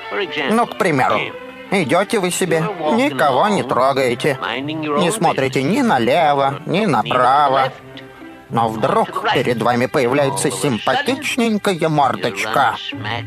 Ну, к примеру, идете вы себе, никого не трогаете, не смотрите ни налево, ни направо. Но вдруг перед вами появляется симпатичненькая мордочка.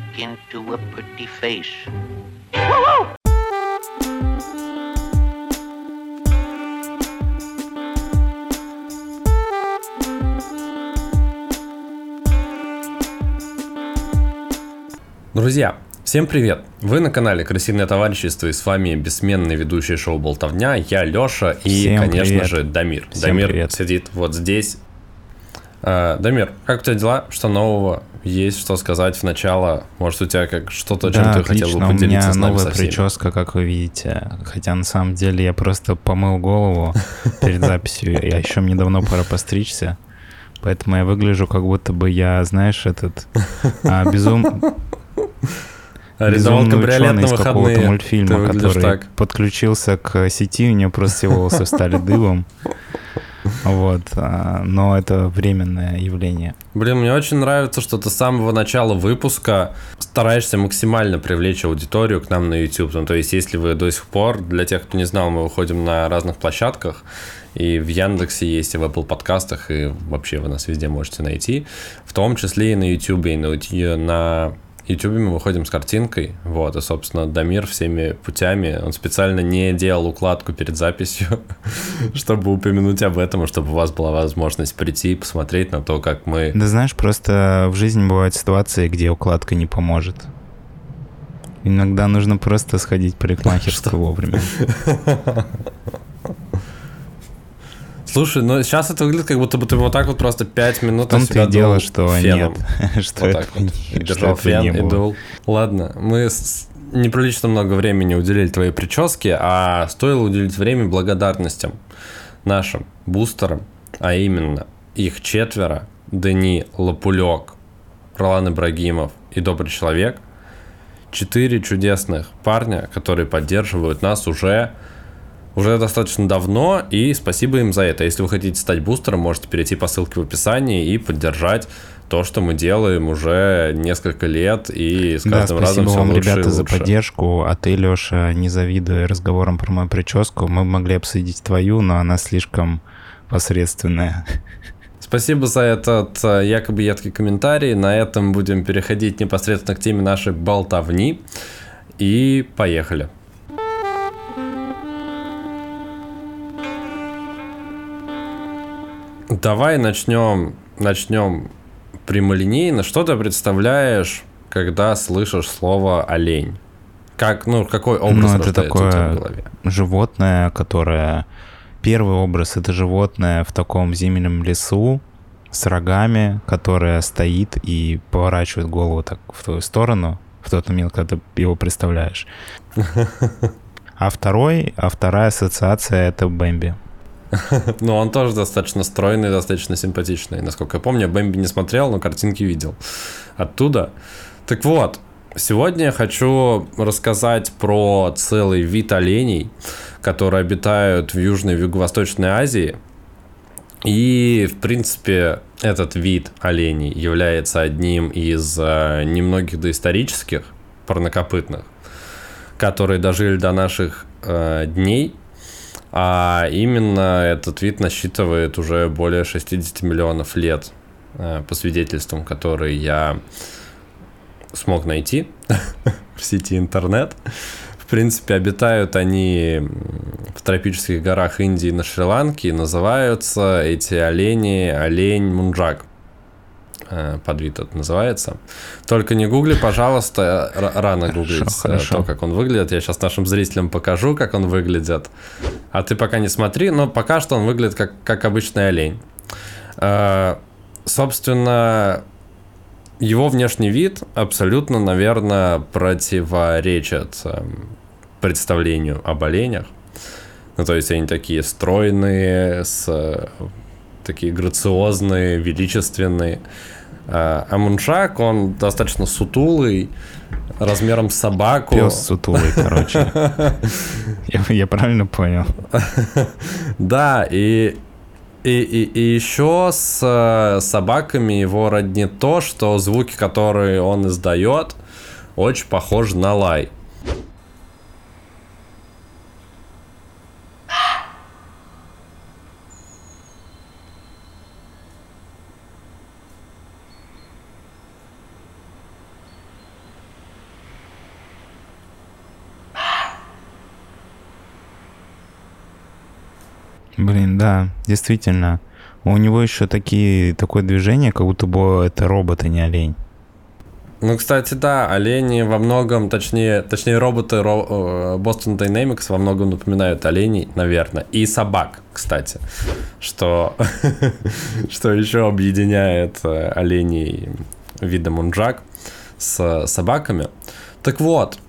Друзья, всем привет! Вы на канале Крысиное товарищество, и с вами бессменный ведущий шоу Болтовня, я Лёша и, всем конечно привет. же, Дамир. Всем Дамир привет. сидит вот здесь. Дамир, как у тебя дела? Что нового? Есть что сказать в начало? Может, у тебя что-то, чем ты хотел бы поделиться с нами? У меня со новая всеми? прическа, как вы видите. Хотя, на самом деле, я просто помыл голову перед записью. Я еще мне давно пора постричься. Поэтому я выгляжу, как будто бы я, знаешь, Арендовал кабриолет на из какого-то выходные. мультфильма, который подключился к сети, у него просто все волосы стали дыбом. Вот, но это временное явление. Блин, мне очень нравится, что ты с самого начала выпуска стараешься максимально привлечь аудиторию к нам на YouTube. Ну, то есть, если вы до сих пор, для тех, кто не знал, мы выходим на разных площадках, и в Яндексе есть, и в Apple подкастах, и вообще вы нас везде можете найти, в том числе и на YouTube, и на YouTube мы выходим с картинкой, вот, и, собственно, Дамир всеми путями, он специально не делал укладку перед записью, чтобы упомянуть об этом, и чтобы у вас была возможность прийти и посмотреть на то, как мы... Да знаешь, просто в жизни бывают ситуации, где укладка не поможет. Иногда нужно просто сходить в парикмахерскую вовремя. Слушай, ну сейчас это выглядит, как будто бы ты вот так вот просто 5 минут на себя дул дело, что феном. нет. Что вот это, так вот. что Держал это фен не и было. дул. Ладно, мы неприлично много времени уделили твоей прическе, а стоило уделить время благодарностям нашим бустерам, а именно их 4: Дани, Лапулек, Ролан Ибрагимов и Добрый Человек. 4 чудесных парня, которые поддерживают нас уже достаточно давно, и спасибо им за это. Если вы хотите стать бустером, можете перейти по ссылке в описании и поддержать то, что мы делаем уже несколько лет, и с каждым разом все вам, лучше ребята, и за лучше. поддержку. А ты, Леша, не завидуя разговорам про мою прическу, мы могли обсудить твою, но она слишком посредственная. Спасибо за этот якобы едкий комментарий. На этом будем переходить непосредственно к теме нашей болтовни. И поехали. Давай начнем прямолинейно. Что ты представляешь, когда слышишь слово олень? Какой образ это рождается у тебя в такое голове? животное, которое... Первый образ — это животное в таком зимнем лесу с рогами, которое стоит и поворачивает голову так в твою сторону в тот момент, когда ты его представляешь. А вторая ассоциация — это Бэмби. Ну, он тоже достаточно стройный, достаточно симпатичный. Насколько я помню, я Бэмби не смотрел, но картинки видел оттуда. Так вот, сегодня я хочу рассказать про целый вид оленей, которые обитают в Южной и Юго-Восточной Азии. И, в принципе, этот вид оленей является одним из немногих доисторических парнокопытных, которые дожили до наших дней. А именно этот вид насчитывает уже более 60 миллионов лет, по свидетельствам, которые я смог найти в сети интернет. В принципе, обитают они в тропических горах Индии и на Шри-Ланке, и называются эти олени олень мунджак. Подвид это называется. Только не гугли, пожалуйста, рано гуглить то, как он выглядит. Я сейчас нашим зрителям покажу, как он выглядит. А ты пока не смотри, но пока что он выглядит как обычный олень. Собственно, его внешний вид абсолютно, наверное, противоречит представлению об оленях. Ну, то есть они такие стройные, такие грациозные, величественные. А мунджак, он достаточно сутулый, размером с собаку. Пес сутулый, короче. Я правильно понял? Да, и еще с собаками его роднит то, что звуки, которые он издает, очень похож на лай. Блин, да, действительно. У него еще такое движение, как будто бы это робот, а не олень. Ну, кстати, да, олени во многом, точнее роботы Boston Dynamics во многом напоминают оленей, наверное, и собак, кстати, что еще объединяет оленей вида мунджак с собаками. Так вот,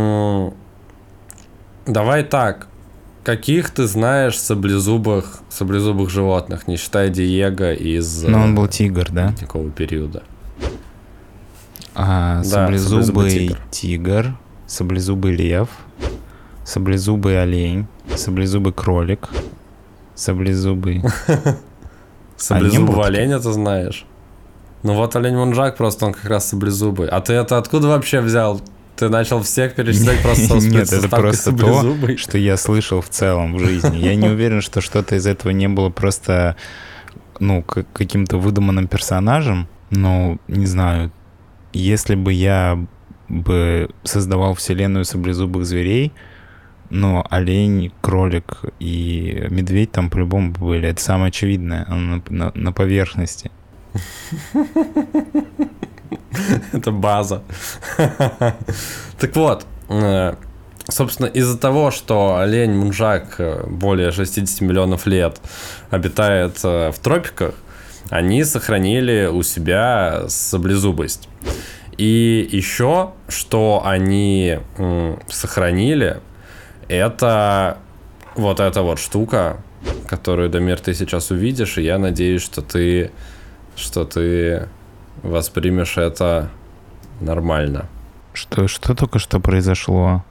давай так. Каких ты знаешь саблезубых животных, не считая Диего из... Ну, он был тигр, да? Такого периода. Саблезубый тигр, саблезубый лев, саблезубый олень, саблезубый кролик, саблезубый... Саблезубого оленя ты знаешь? Ну вот олень Мунджак просто, он как раз саблезубый. А ты это откуда вообще взял? Ты начал всех перечислять просто с Нет, это просто то, что я слышал в целом в жизни. Я не уверен, что что-то из этого не было просто, каким-то выдуманным персонажем. Но, не знаю, если бы я создавал вселенную саблезубых зверей, олень, кролик и медведь там по-любому были. Это самое очевидное, на поверхности. Это база. Так вот, собственно, из-за того, что олень Мунджак более 60 миллионов лет обитает в тропиках, они сохранили у себя саблезубость. И еще, что они сохранили, это вот эта вот штука, которую, Дамир, ты сейчас увидишь, и я надеюсь, что ты воспримешь это нормально. Что только что произошло?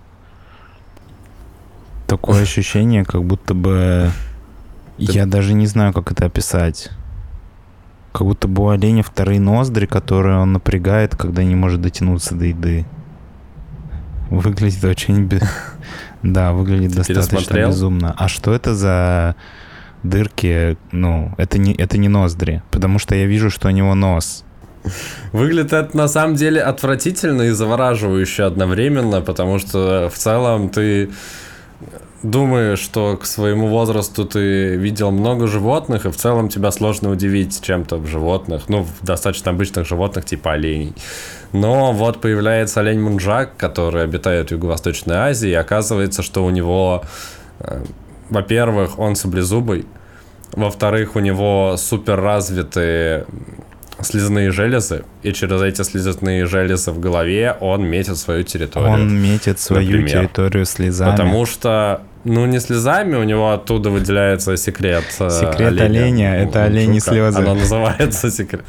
Такое ощущение, как будто бы... Я даже не знаю, как это описать. Как будто бы у оленя вторые ноздри, которые он напрягает, когда не может дотянуться до еды. Выглядит очень... Да, выглядит достаточно безумно. А что это за дырки? Это не ноздри. Потому что я вижу, что у него нос. Выглядит это на самом деле отвратительно и завораживающе одновременно, потому что в целом ты думаешь, что к своему возрасту ты видел много животных, и в целом тебя сложно удивить чем-то в животных, в достаточно обычных животных типа оленей. Но вот появляется олень Мунджак, который обитает в Юго-Восточной Азии, и оказывается, что у него, во-первых, он саблезубый, во-вторых, у него суперразвитые слизные железы, и через эти слизные железы в голове он метит свою территорию. Он метит свою территорию слезами. Потому что, не слезами, у него оттуда выделяется секрет. Секрет оленя — это олени слезы. Оно называется секрет.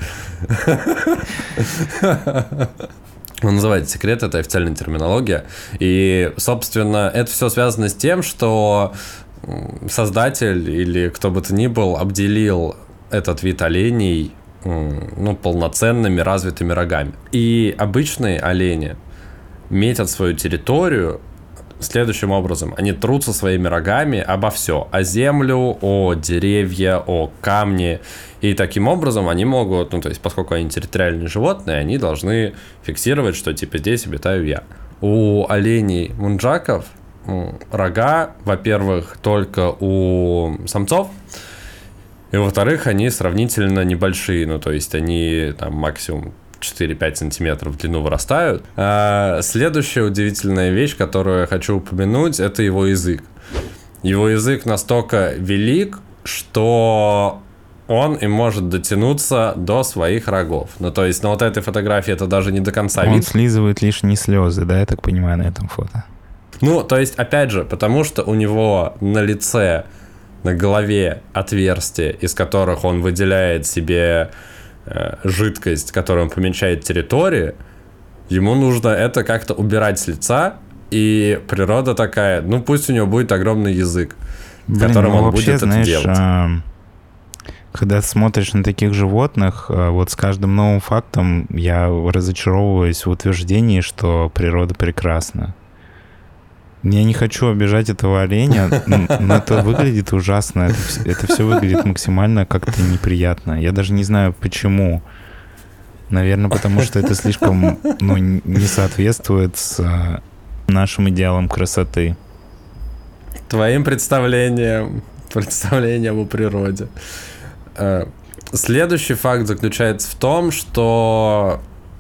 Он называется секрет, это официальная терминология. И, собственно, это все связано с тем, что создатель или кто бы то ни был обделил этот вид оленей полноценными развитыми рогами. И обычные олени метят свою территорию следующим образом. Они трутся своими рогами обо все. О землю, о деревья, о камни. И таким образом они могут, поскольку они территориальные животные, они должны фиксировать, что здесь обитаю я. У оленей мунджаков рога, во-первых, только у самцов, и, во-вторых, они сравнительно небольшие, они там максимум 4-5 сантиметров в длину вырастают. Следующая удивительная вещь, которую я хочу упомянуть, это его язык. Его язык настолько велик, что он им может дотянуться до своих рогов. На вот этой фотографии это даже не до конца видно. Он слизывает лишние слезы, да, я так понимаю, на этом фото? Опять же, потому что у него на лице, на голове отверстия, из которых он выделяет себе жидкость, которой он помещает территорию, ему нужно это как-то убирать с лица, и природа такая, пусть у него будет огромный язык, которым он будет это делать. Когда смотришь на таких животных, вот с каждым новым фактом я разочаровываюсь в утверждении, что природа прекрасна. Я не хочу обижать этого оленя, но это выглядит ужасно. Это все выглядит максимально как-то неприятно. Я даже не знаю, почему. Наверное, потому что это слишком не соответствует с нашим идеалам красоты. Твоим представлениям о природе. Следующий факт заключается в том, что...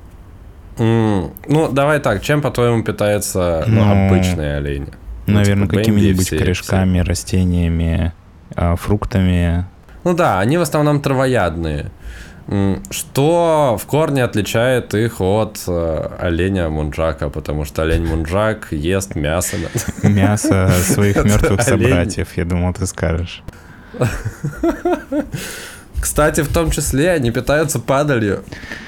давай так, чем, по-твоему, питаются обычные олени? Наверное, типа какими-нибудь корешками, растениями, фруктами. Да, они в основном травоядные. Что в корне отличает их от оленя мунджака? Потому что олень мунджак ест мясо. Мясо своих мертвых собратьев, я думал, ты скажешь. Кстати, в том числе они питаются падалью.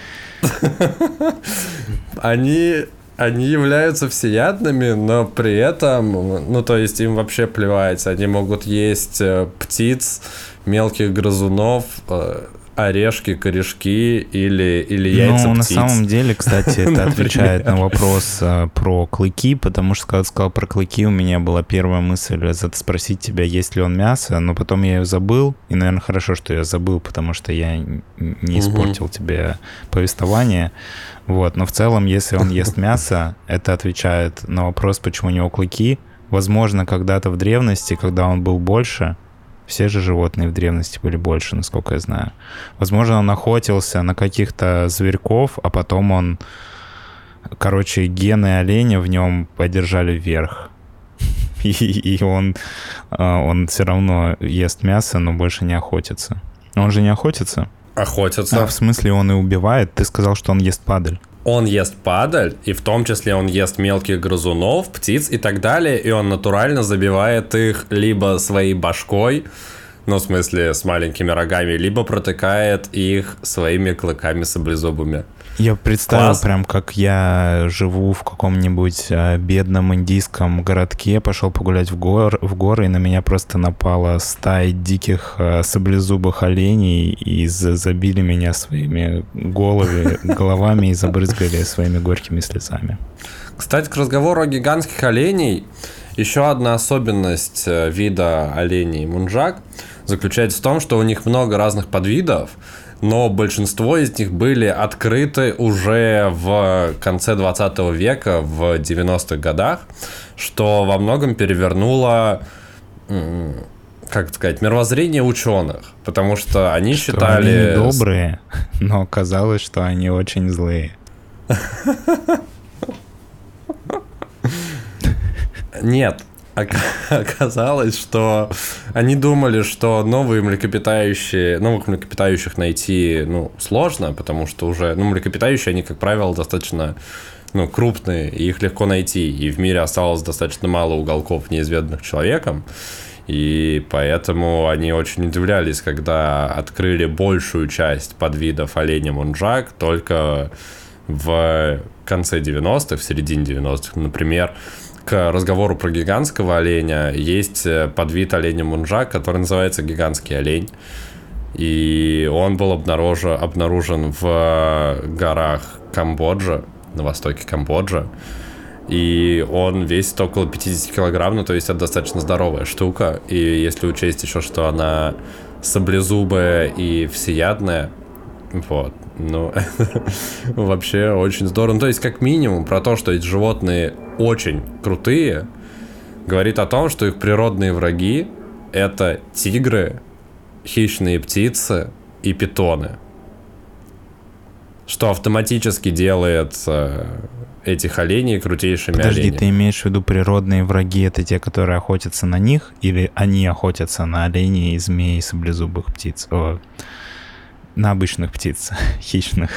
Они являются всеядными, но при этом, то есть им вообще плевать. Они могут есть птиц, мелких грызунов, орешки, корешки или яйца птиц. На самом деле, кстати, это отвечает на вопрос про клыки, потому что, когда ты сказал про клыки, у меня была первая мысль спросить тебя, есть ли он мясо, но потом я ее забыл, и, наверное, хорошо, что я забыл, потому что я не испортил тебе повествование. Но в целом, если он ест мясо, это отвечает на вопрос, почему у него клыки. Возможно, когда-то в древности, когда он был больше... Все же животные в древности были больше, насколько я знаю. Возможно, он охотился на каких-то зверьков, а потом гены оленя в нем подержали вверх. И он все равно ест мясо, но больше не охотится. Он же не охотится? Охотится. В смысле, он и убивает? Ты сказал, что он ест падаль. Он ест падаль, и в том числе он ест мелких грызунов, птиц и так далее, и он натурально забивает их либо своей башкой, в смысле с маленькими рогами, либо протыкает их своими клыками саблезубыми. Я представил Класс. Прям, как я живу в каком-нибудь бедном индийском городке, пошел погулять в горы, и на меня просто напала стая диких саблезубых оленей и забили меня своими головами и забрызгали своими горькими слезами. Кстати, к разговору о гигантских оленей, еще одна особенность вида оленей мунджак заключается в том, что у них много разных подвидов, но большинство из них были открыты уже в конце 20 века, в 90-х годах, что во многом перевернуло, мировоззрение ученых, потому что они считали... Они добрые, но оказалось, что они очень злые. Нет. Оказалось, что они думали, что новых млекопитающих найти сложно, потому что уже млекопитающие, они, как правило, достаточно крупные, и их легко найти, и в мире осталось достаточно мало уголков, неизведанных человеком, и поэтому они очень удивлялись, когда открыли большую часть подвидов оленя мунджак только в конце 90-х, в середине 90-х, например. К разговору про гигантского оленя есть подвид оленя мунджак, который называется гигантский олень. И он был обнаружен в горах Камбоджи, на востоке Камбоджи. И он весит около 50 килограмм, то есть это достаточно здоровая штука. И если учесть еще, что она саблезубая и всеядная, вообще очень здорово. То есть, как минимум, про то, что эти животные очень крутые, говорит о том, что их природные враги — это тигры, хищные птицы и питоны. Что автоматически делает этих оленей крутейшими оленями. Подожди, ты имеешь в виду природные враги — это те, которые охотятся на них, или они охотятся на оленей, змей и саблезубых птиц? На обычных птиц, хищных.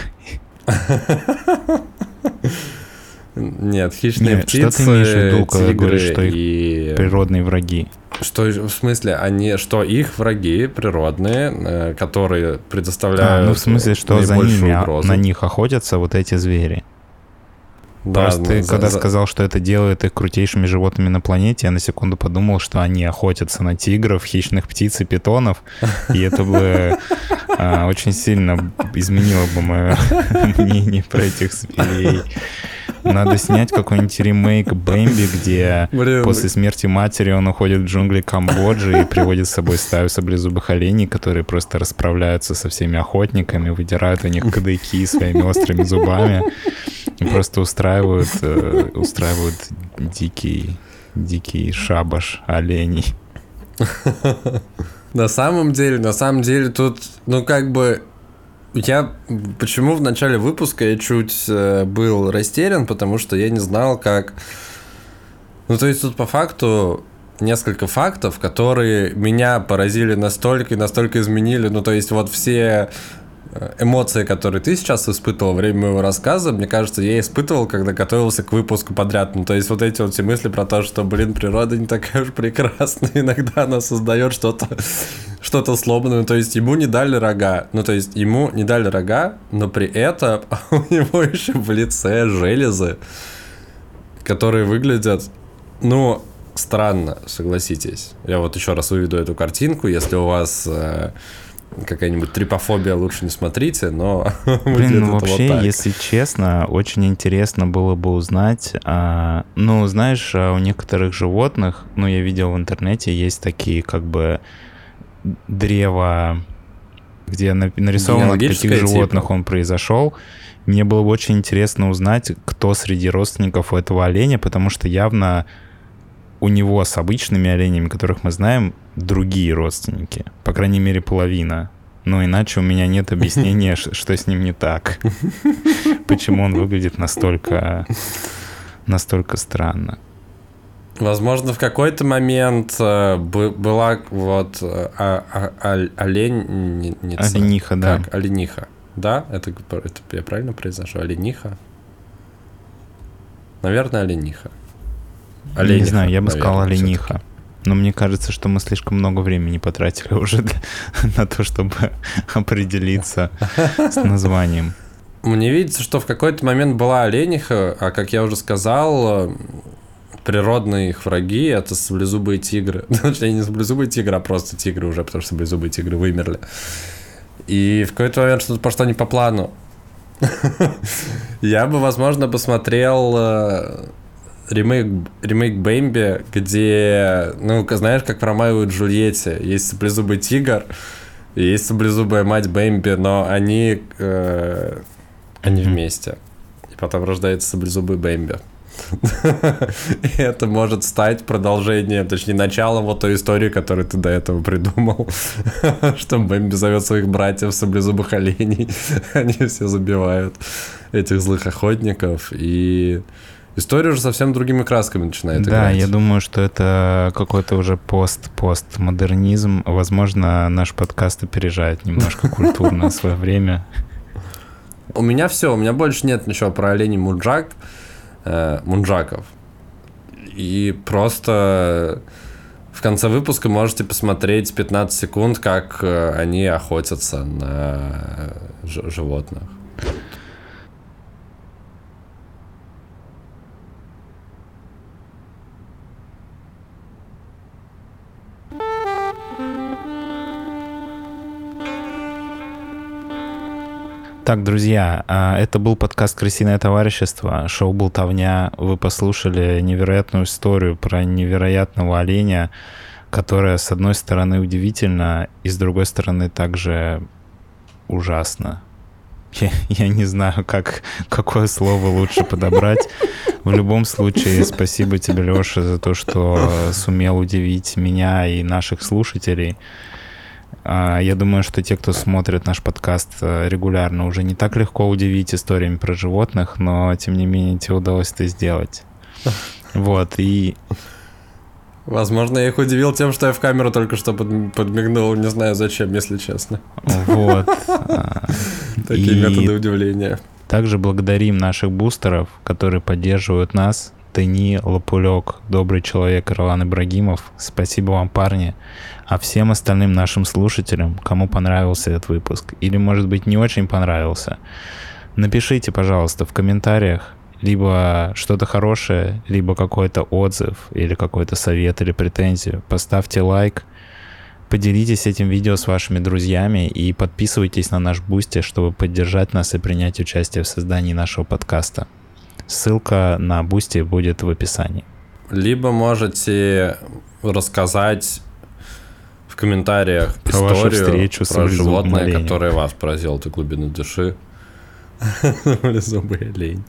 Нет, хищные птицы, что ты имеешь в виду, когда тигры говоришь, что их природные враги? Что, в смысле, что их враги природные, которые предоставляют в смысле, что за ними, угрозу. на них охотятся вот эти звери? Да, Просто ты, когда сказал, что это делает их крутейшими животными на планете, я на секунду подумал, что они охотятся на тигров, хищных птиц и питонов, и это бы очень сильно изменило бы мое мнение про этих зверей. Надо снять какой-нибудь ремейк Бэмби, где после смерти матери он уходит в джунгли Камбоджи и приводит с собой стаю саблезубых оленей, которые просто расправляются со всеми охотниками, выдирают у них кадыки своими острыми зубами и просто устраивают дикий шабаш оленей. На самом деле тут, я почему в начале выпуска я чуть был растерян, потому что я не знал, как... то есть тут по факту несколько фактов, которые меня поразили настолько и настолько изменили. То есть вот все эмоции, которые ты сейчас испытывал во время моего рассказа, мне кажется, я испытывал, когда готовился к выпуску подряд. То есть вот эти вот все мысли про то, что, природа не такая уж прекрасная, иногда она создает что-то сломанное. То есть ему не дали рога. Но при этом у него еще в лице железы, которые выглядят, странно, согласитесь. Я вот еще раз уведу эту картинку. Если у вас какая-нибудь трипофобия, лучше не смотрите, но... вообще, вот если честно, очень интересно было бы узнать... знаешь, у некоторых животных, я видел в интернете, есть такие древа, где нарисовано, от каких животных он произошел. Мне было бы очень интересно узнать, кто среди родственников у этого оленя, потому что явно у него с обычными оленями, которых мы знаем, другие родственники. По крайней мере, половина. Иначе у меня нет объяснения, что с ним не так. Почему он выглядит настолько странно. Возможно, в какой-то момент была оленица. Олениха, да. Как? Олениха. Да? Это я правильно произношу? Олениха? Наверное, олениха. Не знаю, я бы сказал олениха. Но мне кажется, что мы слишком много времени потратили уже на то, чтобы определиться с названием. Мне видится, что в какой-то момент была олениха, а, как я уже сказал, природные их враги — это саблезубые тигры. Точнее, не саблезубые тигры, а просто тигры уже, потому что саблезубые тигры вымерли. И в какой-то момент что-то пошло не по плану. Я бы, возможно, посмотрел... ремейк Бэмби, где, знаешь, как в Ромео и Джульетте, есть саблезубый тигр, есть саблезубая мать Бэмби, но они вместе. И потом рождается саблезубый Бэмби. И это может стать продолжением, точнее, началом вот той истории, которую ты до этого придумал, что Бэмби зовет своих братьев саблезубых оленей, они все забивают этих злых охотников, и история уже совсем другими красками начинает играть. Да, я думаю, что это какой-то уже постмодернизм. Возможно, наш подкаст опережает немножко культурно свое время. У меня все, у меня больше нет ничего про оленей мунджаков. И просто в конце выпуска можете посмотреть 15 секунд, как они охотятся на животных. Так, друзья, это был подкаст «Крысиное товарищество», шоу «Болтовня». Вы послушали невероятную историю про невероятного оленя, которая, с одной стороны, удивительна, и с другой стороны, также ужасно. Я не знаю, какое слово лучше подобрать. В любом случае, спасибо тебе, Леша, за то, что сумел удивить меня и наших слушателей. Я думаю, что те, кто смотрит наш подкаст регулярно, уже не так легко удивить историями про животных, но, тем не менее, тебе удалось это сделать. Вот, и... Возможно, я их удивил тем, что я в камеру только что подмигнул, не знаю зачем, если честно. Вот. Такие методы удивления. Также благодарим наших бустеров, которые поддерживают нас. Тени, Лопулек, Добрый человек, Ролан Ибрагимов. Спасибо вам, парни. А всем остальным нашим слушателям, кому понравился этот выпуск, или, может быть, не очень понравился, напишите, пожалуйста, в комментариях либо что-то хорошее, либо какой-то отзыв, или какой-то совет, или претензию, поставьте лайк, поделитесь этим видео с вашими друзьями и подписывайтесь на наш Boosty, чтобы поддержать нас и принять участие в создании нашего подкаста. Ссылка на Boosty будет в описании. Либо можете рассказать в комментариях про вашу историю встречу с про животное, оленем, которое вас поразило до глубины души. Саблезубый олень.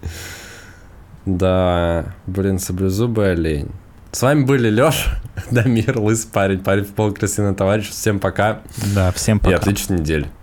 Да, саблезубый олень. С вами были Лёша, Дамир, лысый парень в полукрасивый товарищ. Всем пока. Да, всем пока. И отличной недели.